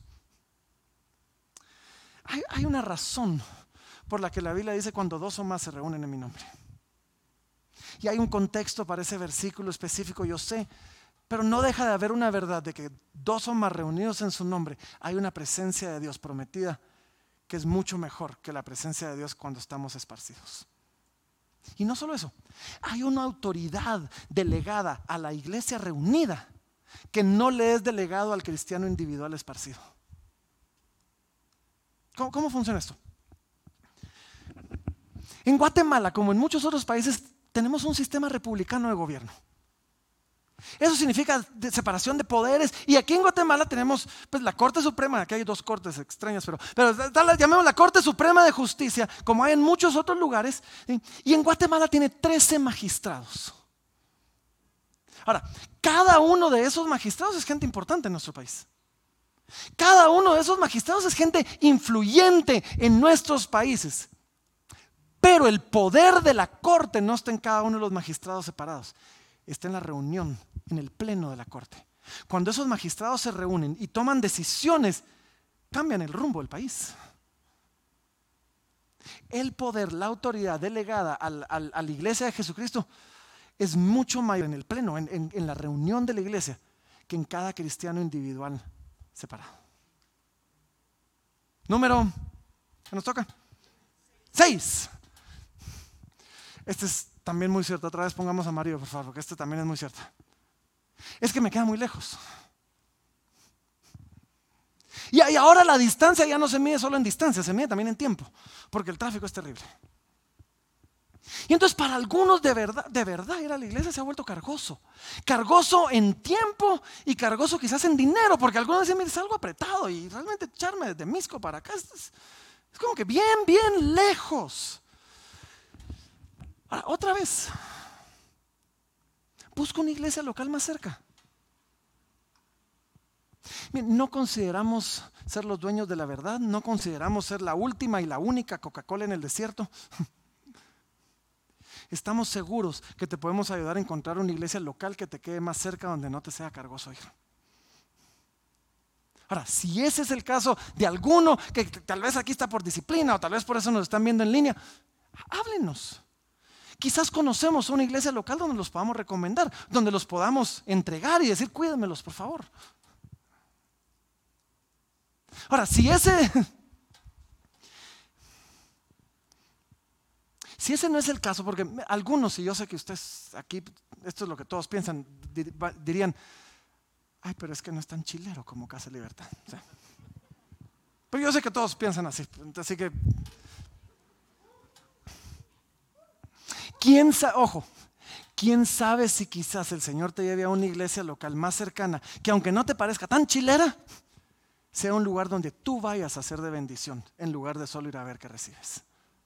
Hay una razón por la que la Biblia dice cuando dos o más se reúnen en mi nombre. Y hay un contexto para ese versículo específico, yo sé, pero no deja de haber una verdad de que dos o más reunidos en su nombre, hay una presencia de Dios prometida que es mucho mejor que la presencia de Dios cuando estamos esparcidos. Y no solo eso, hay una autoridad delegada a la iglesia reunida que no le es delegado al cristiano individual esparcido. ¿Cómo funciona esto? En Guatemala, como en muchos otros países, tenemos un sistema republicano de gobierno. Eso significa separación de poderes. Y aquí en Guatemala tenemos pues, la Corte Suprema. Aquí hay dos cortes extrañas, pero llamemos la Corte Suprema de Justicia, como hay en muchos otros lugares. ¿Sí? Y en Guatemala tiene 13 magistrados. Ahora, cada uno de esos magistrados es gente importante en nuestro país. Cada uno de esos magistrados es gente influyente en nuestros países. Pero el poder de la corte no está en cada uno de los magistrados separados. Está en la reunión, en el pleno de la corte. Cuando esos magistrados se reúnen y toman decisiones, cambian el rumbo del país. El poder, la autoridad delegada a la iglesia de Jesucristo es mucho mayor en el pleno, en la reunión de la iglesia, que en cada cristiano individual separado. Número, ¿qué nos toca? 6. Este es también muy cierto. Otra vez pongamos a Mario, por favor, porque este también es muy cierto. Es que me queda muy lejos. Y ahora la distancia ya no se mide solo en distancia, se mide también en tiempo, porque el tráfico es terrible. Y entonces para algunos de verdad ir a la iglesia se ha vuelto cargoso. Cargoso en tiempo y cargoso quizás en dinero, porque algunos dicen, mire, es algo apretado y realmente echarme desde Misco para acá es como que bien lejos. Ahora, otra vez, busca una iglesia local más cerca. No consideramos ser los dueños de la verdad, no consideramos ser la última y la única Coca-Cola en el desierto. Estamos seguros que te podemos ayudar a encontrar una iglesia local que te quede más cerca donde no te sea cargoso ir. Ahora, si ese es el caso de alguno que tal vez aquí está por disciplina o tal vez por eso nos están viendo en línea, háblenos. Quizás conocemos una iglesia local donde los podamos recomendar, donde los podamos entregar y decir, cuídenmelos, por favor. Ahora, si ese no es el caso, porque algunos, y yo sé que ustedes aquí, esto es lo que todos piensan, dirían, ay, pero es que no es tan chilero como Casa Libertad. O sea, pero yo sé que todos piensan así, así que ojo, quién sabe si quizás el Señor te lleve a una iglesia local más cercana, que aunque no te parezca tan chilera, sea un lugar donde tú vayas a ser de bendición, en lugar de solo ir a ver qué recibes.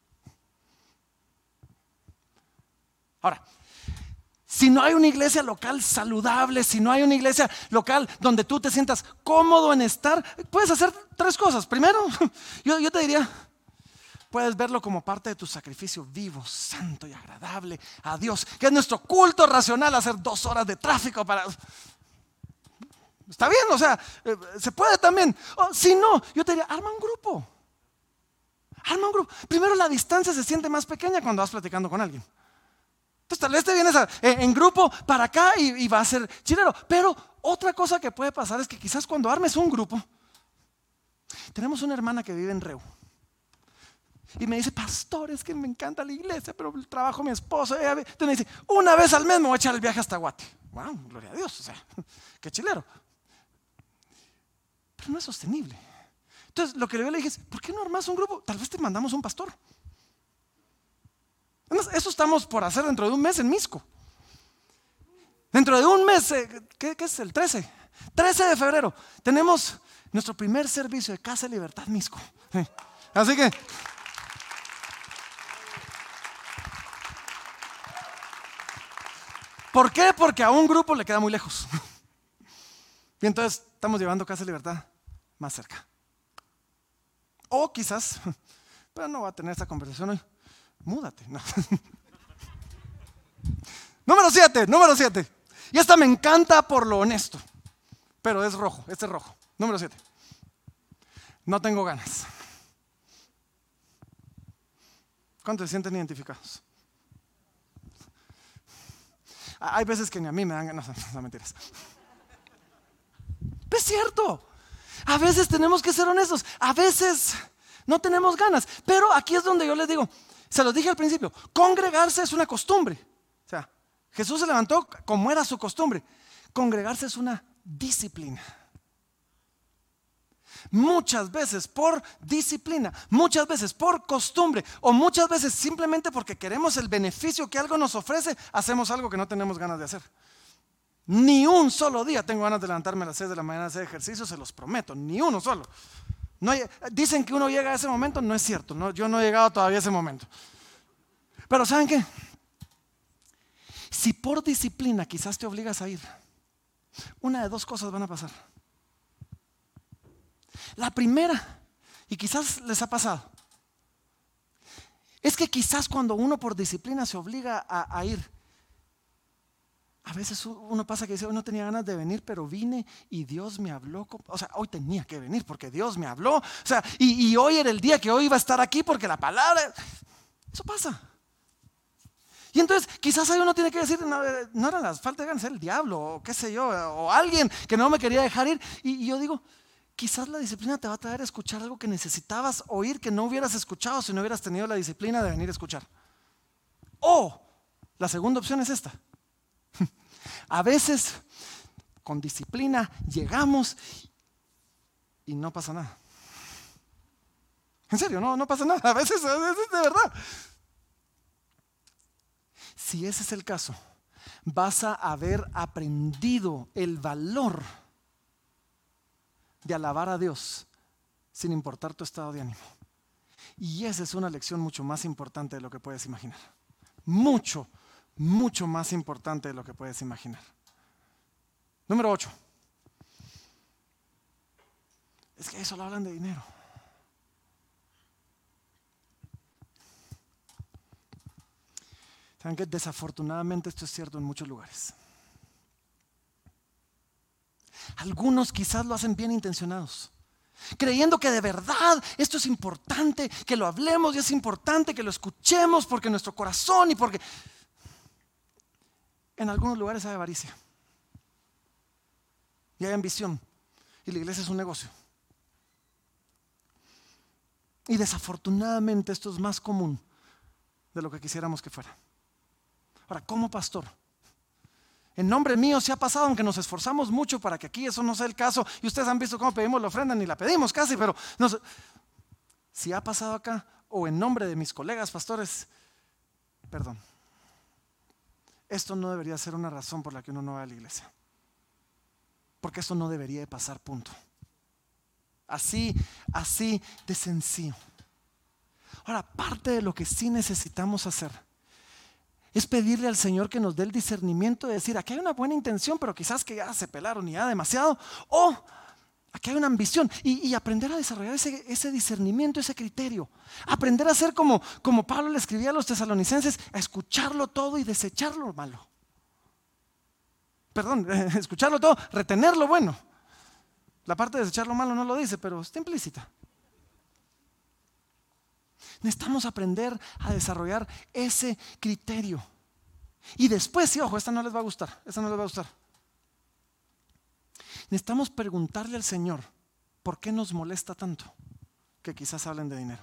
Ahora, si no hay una iglesia local saludable, si no hay una iglesia local donde tú te sientas cómodo en estar, puedes hacer 3 cosas. Primero, yo te diría, puedes verlo como parte de tu sacrificio vivo, santo y agradable a Dios, que es nuestro culto racional, hacer 2 horas de tráfico para... Está bien, o sea, se puede también. O, si no, yo te diría, arma un grupo. Arma un grupo. Primero, la distancia se siente más pequeña cuando vas platicando con alguien. Entonces tal vez te vienes en grupo para acá y va a ser chilero. Pero otra cosa que puede pasar es que quizás cuando armes un grupo, tenemos una hermana que vive en Reu. Y me dice, pastor, es que me encanta la iglesia, pero trabajo mi esposo. Entonces me dice, una vez al mes me voy a echar el viaje hasta Guate. Wow, gloria a Dios, o sea, qué chilero. Pero no es sostenible. Entonces lo que yo le dije es, ¿por qué no armas un grupo? Tal vez te mandamos un pastor. Eso estamos por hacer dentro de un mes en Misco. Dentro de un mes, ¿qué es el 13? 13 de febrero, tenemos nuestro primer servicio de Casa Libertad Misco. Así que... ¿por qué? Porque a un grupo le queda muy lejos. Y entonces estamos llevando Casa Libertad más cerca. O quizás, pero no va a tener esta conversación hoy, múdate. No. Número 7. Y esta me encanta por lo honesto, pero es rojo, este es rojo. Número 7. No tengo ganas. ¿Cuántos se sienten identificados? Hay veces que ni a mí me dan ganas, no mentiras. Es cierto. A veces tenemos que ser honestos. A veces no tenemos ganas. Pero aquí es donde yo les digo, se los dije al principio, congregarse es una costumbre. O sea, Jesús se levantó como era su costumbre. Congregarse es una disciplina. Muchas veces por disciplina, muchas veces por costumbre o muchas veces simplemente porque queremos el beneficio que algo nos ofrece, hacemos algo que no tenemos ganas de hacer. Ni un solo día tengo ganas de levantarme a las 6 de la mañana a hacer ejercicio, se los prometo, ni uno solo. No dicen que uno llega a ese momento, no es cierto, no, yo no he llegado todavía a ese momento. Pero ¿saben qué? Si por disciplina quizás te obligas a ir, una de 2 cosas van a pasar. La primera, y quizás les ha pasado, es que quizás cuando uno por disciplina se obliga a ir, a veces uno pasa que dice, hoy no tenía ganas de venir, pero vine y Dios me habló. O sea, hoy tenía que venir porque Dios me habló. O sea, y hoy era el día que hoy iba a estar aquí porque la palabra, eso pasa. Y entonces quizás ahí uno tiene que decir, no eran las faltas de ganas, era el diablo o qué sé yo, o alguien que no me quería dejar ir. Y yo digo, quizás la disciplina te va a traer a escuchar algo que necesitabas oír, que no hubieras escuchado si no hubieras tenido la disciplina de venir a escuchar. O la segunda opción es esta. A veces con disciplina llegamos y no pasa nada. En serio, no pasa nada. A veces es de verdad. Si ese es el caso, vas a haber aprendido el valor de alabar a Dios sin importar tu estado de ánimo. Y esa es una lección mucho más importante de lo que puedes imaginar. Mucho más importante de lo que puedes imaginar. Número 8. Es que solo hablan de dinero. Saben que desafortunadamente esto es cierto en muchos lugares. Algunos quizás lo hacen bien intencionados, creyendo que de verdad esto es importante, que lo hablemos y es importante que lo escuchemos porque nuestro corazón y porque en algunos lugares hay avaricia y hay ambición y la iglesia es un negocio. Y desafortunadamente esto es más común de lo que quisiéramos que fuera. Ahora, como pastor, En nombre mío sí ha pasado, aunque nos esforzamos mucho para que aquí eso no sea el caso. Y ustedes han visto cómo pedimos la ofrenda, ni la pedimos casi, pero no sé. Si ha pasado acá, o en nombre de mis colegas pastores, perdón. Esto no debería ser una razón por la que uno no va a la iglesia. Porque esto no debería de pasar, punto. Así de sencillo. Ahora, parte de lo que sí necesitamos hacer es pedirle al Señor que nos dé el discernimiento de decir, aquí hay una buena intención, pero quizás que ya se pelaron y ya demasiado, o aquí hay una ambición, y aprender a desarrollar ese discernimiento, ese criterio. Aprender a ser como Pablo le escribía a los tesalonicenses, a escucharlo todo y desechar lo malo. Perdón, escucharlo todo, retener lo bueno. La parte de desechar lo malo no lo dice, pero está implícita. Necesitamos aprender a desarrollar ese criterio. Y después, sí, ojo, esta no les va a gustar. Necesitamos preguntarle al Señor, ¿por qué nos molesta tanto que quizás hablen de dinero?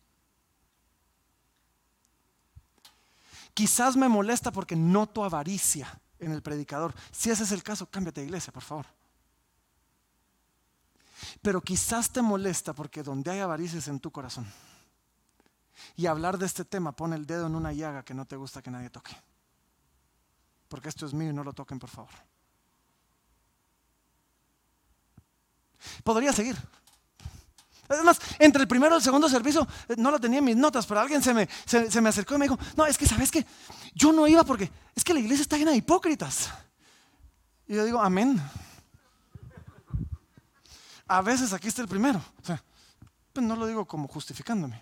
Quizás me molesta porque noto avaricia en el predicador. Si ese es el caso, cámbiate de iglesia, por favor. Pero quizás te molesta porque donde hay avaricia es en tu corazón. Y hablar de este tema pone el dedo en una llaga que no te gusta que nadie toque. Porque esto es mío y no lo toquen, por favor. Podría seguir. Además, entre el primero y el segundo servicio, no lo tenía en mis notas, pero alguien se me acercó y me dijo, no, es que ¿sabes qué? Yo no iba porque es que la iglesia está llena de hipócritas. Y yo digo, amén. A veces aquí está el primero. O sea, pues no lo digo como justificándome.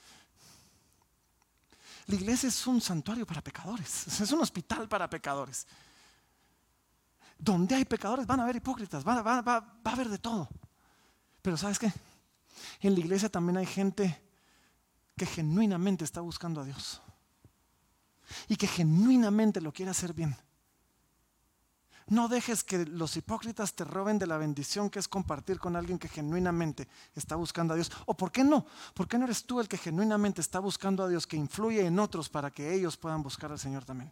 La iglesia es un santuario para pecadores, es un hospital para pecadores. Donde hay pecadores van a haber hipócritas, va a haber de todo. Pero ¿sabes qué? En la iglesia también hay gente que genuinamente está buscando a Dios y que genuinamente lo quiere hacer bien. No dejes que los hipócritas te roben de la bendición que es compartir con alguien que genuinamente está buscando a Dios. ¿O por qué no? ¿Por qué no eres tú el que genuinamente está buscando a Dios, que influye en otros para que ellos puedan buscar al Señor también?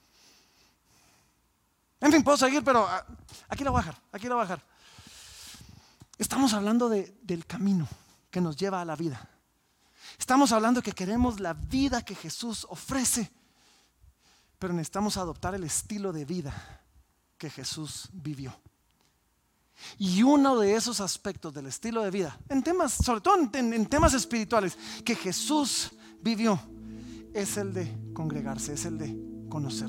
En fin, puedo seguir, pero aquí la voy a dejar. Estamos hablando del camino que nos lleva a la vida. Estamos hablando que queremos la vida que Jesús ofrece, pero necesitamos adoptar el estilo de vida que Jesús vivió. Y uno de esos aspectos del estilo de vida, en temas, sobre todo en temas espirituales, que Jesús vivió, es el de congregarse, es el de conocer.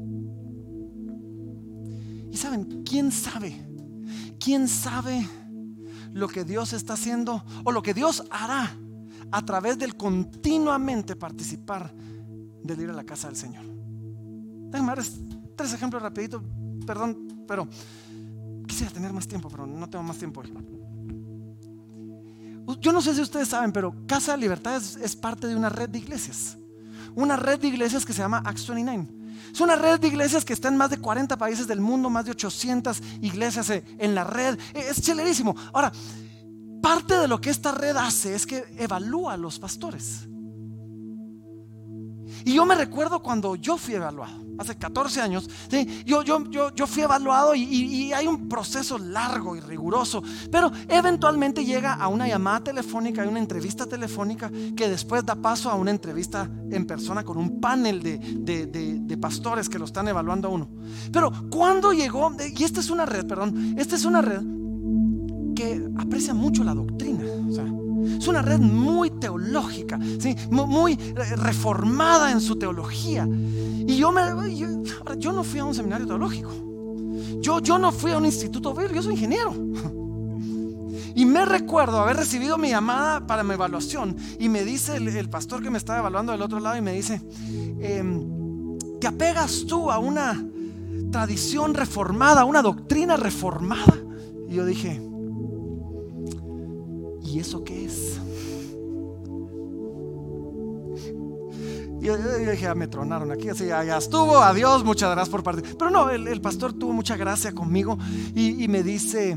Y saben, ¿quién sabe? ¿Quién sabe lo que Dios está haciendo o lo que Dios hará a través del continuamente participar del ir a la casa del Señor? Déjenme dar 3 ejemplos rapidito. Perdón, pero quisiera tener más tiempo, pero no tengo más tiempo hoy. Yo no sé si ustedes saben, pero Casa de Libertad es parte de una red de iglesias. Una red de iglesias que se llama Acts 29. Es una red de iglesias que está en más de 40 países del mundo, más de 800 iglesias en la red. Es chéverísimo. Ahora, parte de lo que esta red hace es que evalúa a los pastores. Y yo me recuerdo cuando yo fui evaluado, hace 14 años, ¿sí? yo fui evaluado y hay un proceso largo y riguroso, pero eventualmente llega a una llamada telefónica y una entrevista telefónica que después da paso a una entrevista en persona con un panel de pastores que lo están evaluando a uno. Pero cuando llegó, y esta es una red que aprecia mucho la doctrina, o sea, es una red muy teológica, ¿sí? Muy reformada en su teología. Y yo no fui a un seminario teológico. Yo no fui a un instituto bíblico, yo soy ingeniero. Y me recuerdo haber recibido mi llamada para mi evaluación. Y me dice el pastor que me estaba evaluando del otro lado, y me dice, ¿te apegas tú a una tradición reformada, a una doctrina reformada? Y yo dije, ¿y eso qué es? Y yo dije, me tronaron aquí, así ya estuvo, adiós, muchas gracias por partir. Pero no, el pastor tuvo mucha gracia conmigo y me dice,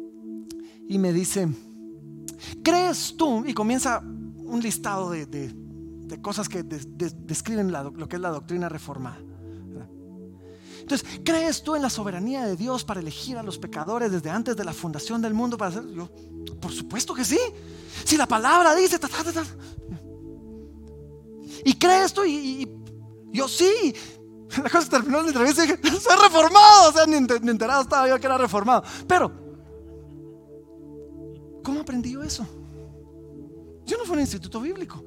¿crees tú? Y comienza un listado de cosas que describen lo que es la doctrina reformada. Entonces, ¿crees tú en la soberanía de Dios para elegir a los pecadores desde antes de la fundación del mundo para hacer? Yo, por supuesto que sí. Si la palabra dice y crees tú, y yo sí. La cosa terminó en la entrevista y dije, soy reformado. O sea, ni enterado estaba yo que era reformado. Pero ¿cómo aprendí yo eso? Yo no fui a un instituto bíblico,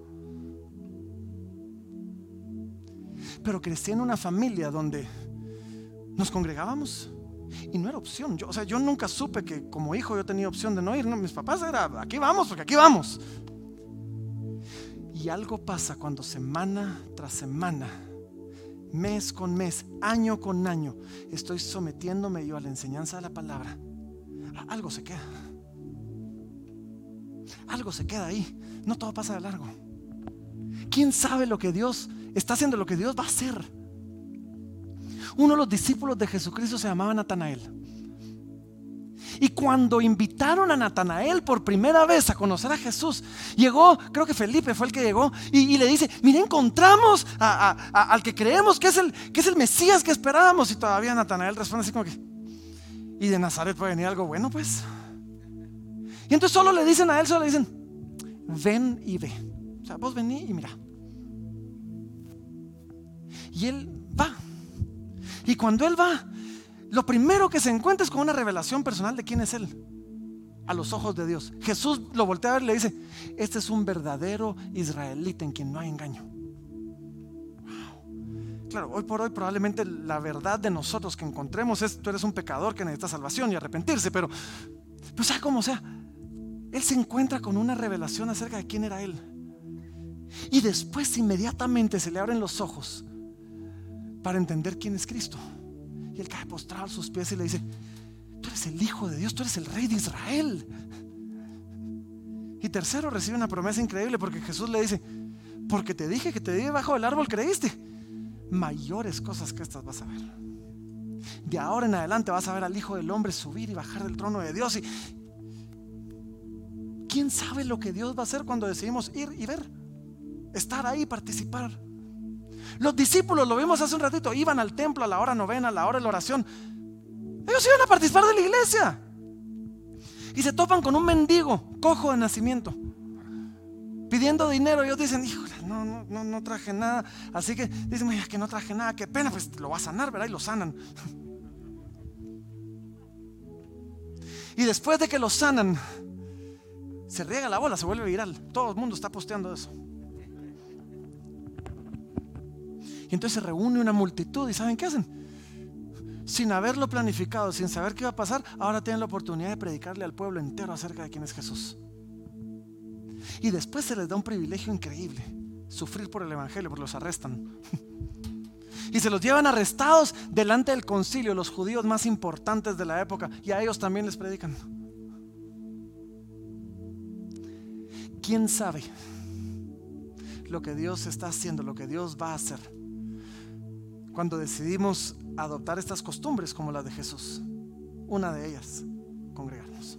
pero crecí en una familia donde nos congregábamos y no era opción. Yo nunca supe que como hijo yo tenía opción de no ir. No, mis papás era, aquí vamos porque aquí vamos. Y algo pasa cuando semana tras semana, mes con mes, año con año, estoy sometiéndome yo a la enseñanza de la palabra. Algo se queda. Algo se queda ahí. No todo pasa de largo. ¿Quién sabe lo que Dios está haciendo, lo que Dios va a hacer? Uno de los discípulos de Jesucristo se llamaba Natanael. Y cuando invitaron a Natanael por primera vez a conocer a Jesús, llegó, creo que Felipe fue el que llegó y le dice, mira, encontramos al que creemos que es el Mesías que esperábamos. Y todavía Natanael responde así como que, ¿y de Nazaret puede venir algo bueno pues? Y entonces solo le dicen a él, ven y ve. O sea, vos vení y mira. Y él va. Y cuando él va, lo primero que se encuentra es con una revelación personal de quién es él a los ojos de Dios. Jesús lo voltea a ver y le dice, este es un verdadero israelita en quien no hay engaño. Wow. Claro, hoy por hoy probablemente la verdad de nosotros que encontremos es, tú eres un pecador que necesita salvación y arrepentirse, pero sea como sea, él se encuentra con una revelación acerca de quién era él. Y después inmediatamente se le abren los ojos para entender quién es Cristo. Y él cae postrado a sus pies y le dice, tú eres el Hijo de Dios, tú eres el Rey de Israel. Y tercero, recibe una promesa increíble porque Jesús le dice, porque te dije que te di debajo del árbol, creíste. Mayores cosas que estas vas a ver. De ahora en adelante vas a ver al Hijo del Hombre subir y bajar del trono de Dios. Y ¿quién sabe lo que Dios va a hacer cuando decidimos ir y ver? Estar ahí, participar. Los discípulos, lo vimos hace un ratito, iban al templo a la hora novena, a la hora de la oración. Ellos iban a participar de la iglesia y se topan con un mendigo cojo de nacimiento pidiendo dinero. Ellos dicen, híjole, no traje nada. Así que dicen, mira, que no traje nada, qué pena, pues lo va a sanar, ¿verdad? Y lo sanan. Y después de que lo sanan, se riega la bola, se vuelve viral. Todo el mundo está posteando eso. Y entonces se reúne una multitud y ¿saben qué hacen? Sin haberlo planificado, sin saber qué iba a pasar, ahora tienen la oportunidad de predicarle al pueblo entero acerca de quién es Jesús. Y después se les da un privilegio increíble, sufrir por el evangelio, porque los arrestan. Y se los llevan arrestados delante del concilio, los judíos más importantes de la época, y a ellos también les predican. ¿Quién sabe lo que Dios está haciendo, lo que Dios va a hacer cuando decidimos adoptar estas costumbres como las de Jesús? Una de ellas, congregarnos.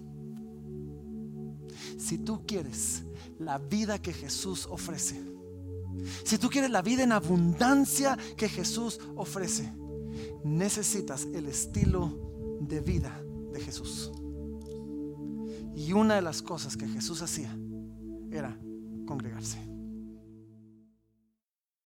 Si tú quieres la vida que Jesús ofrece, si tú quieres la vida en abundancia que Jesús ofrece, necesitas el estilo de vida de Jesús. Y una de las cosas que Jesús hacía era congregarse.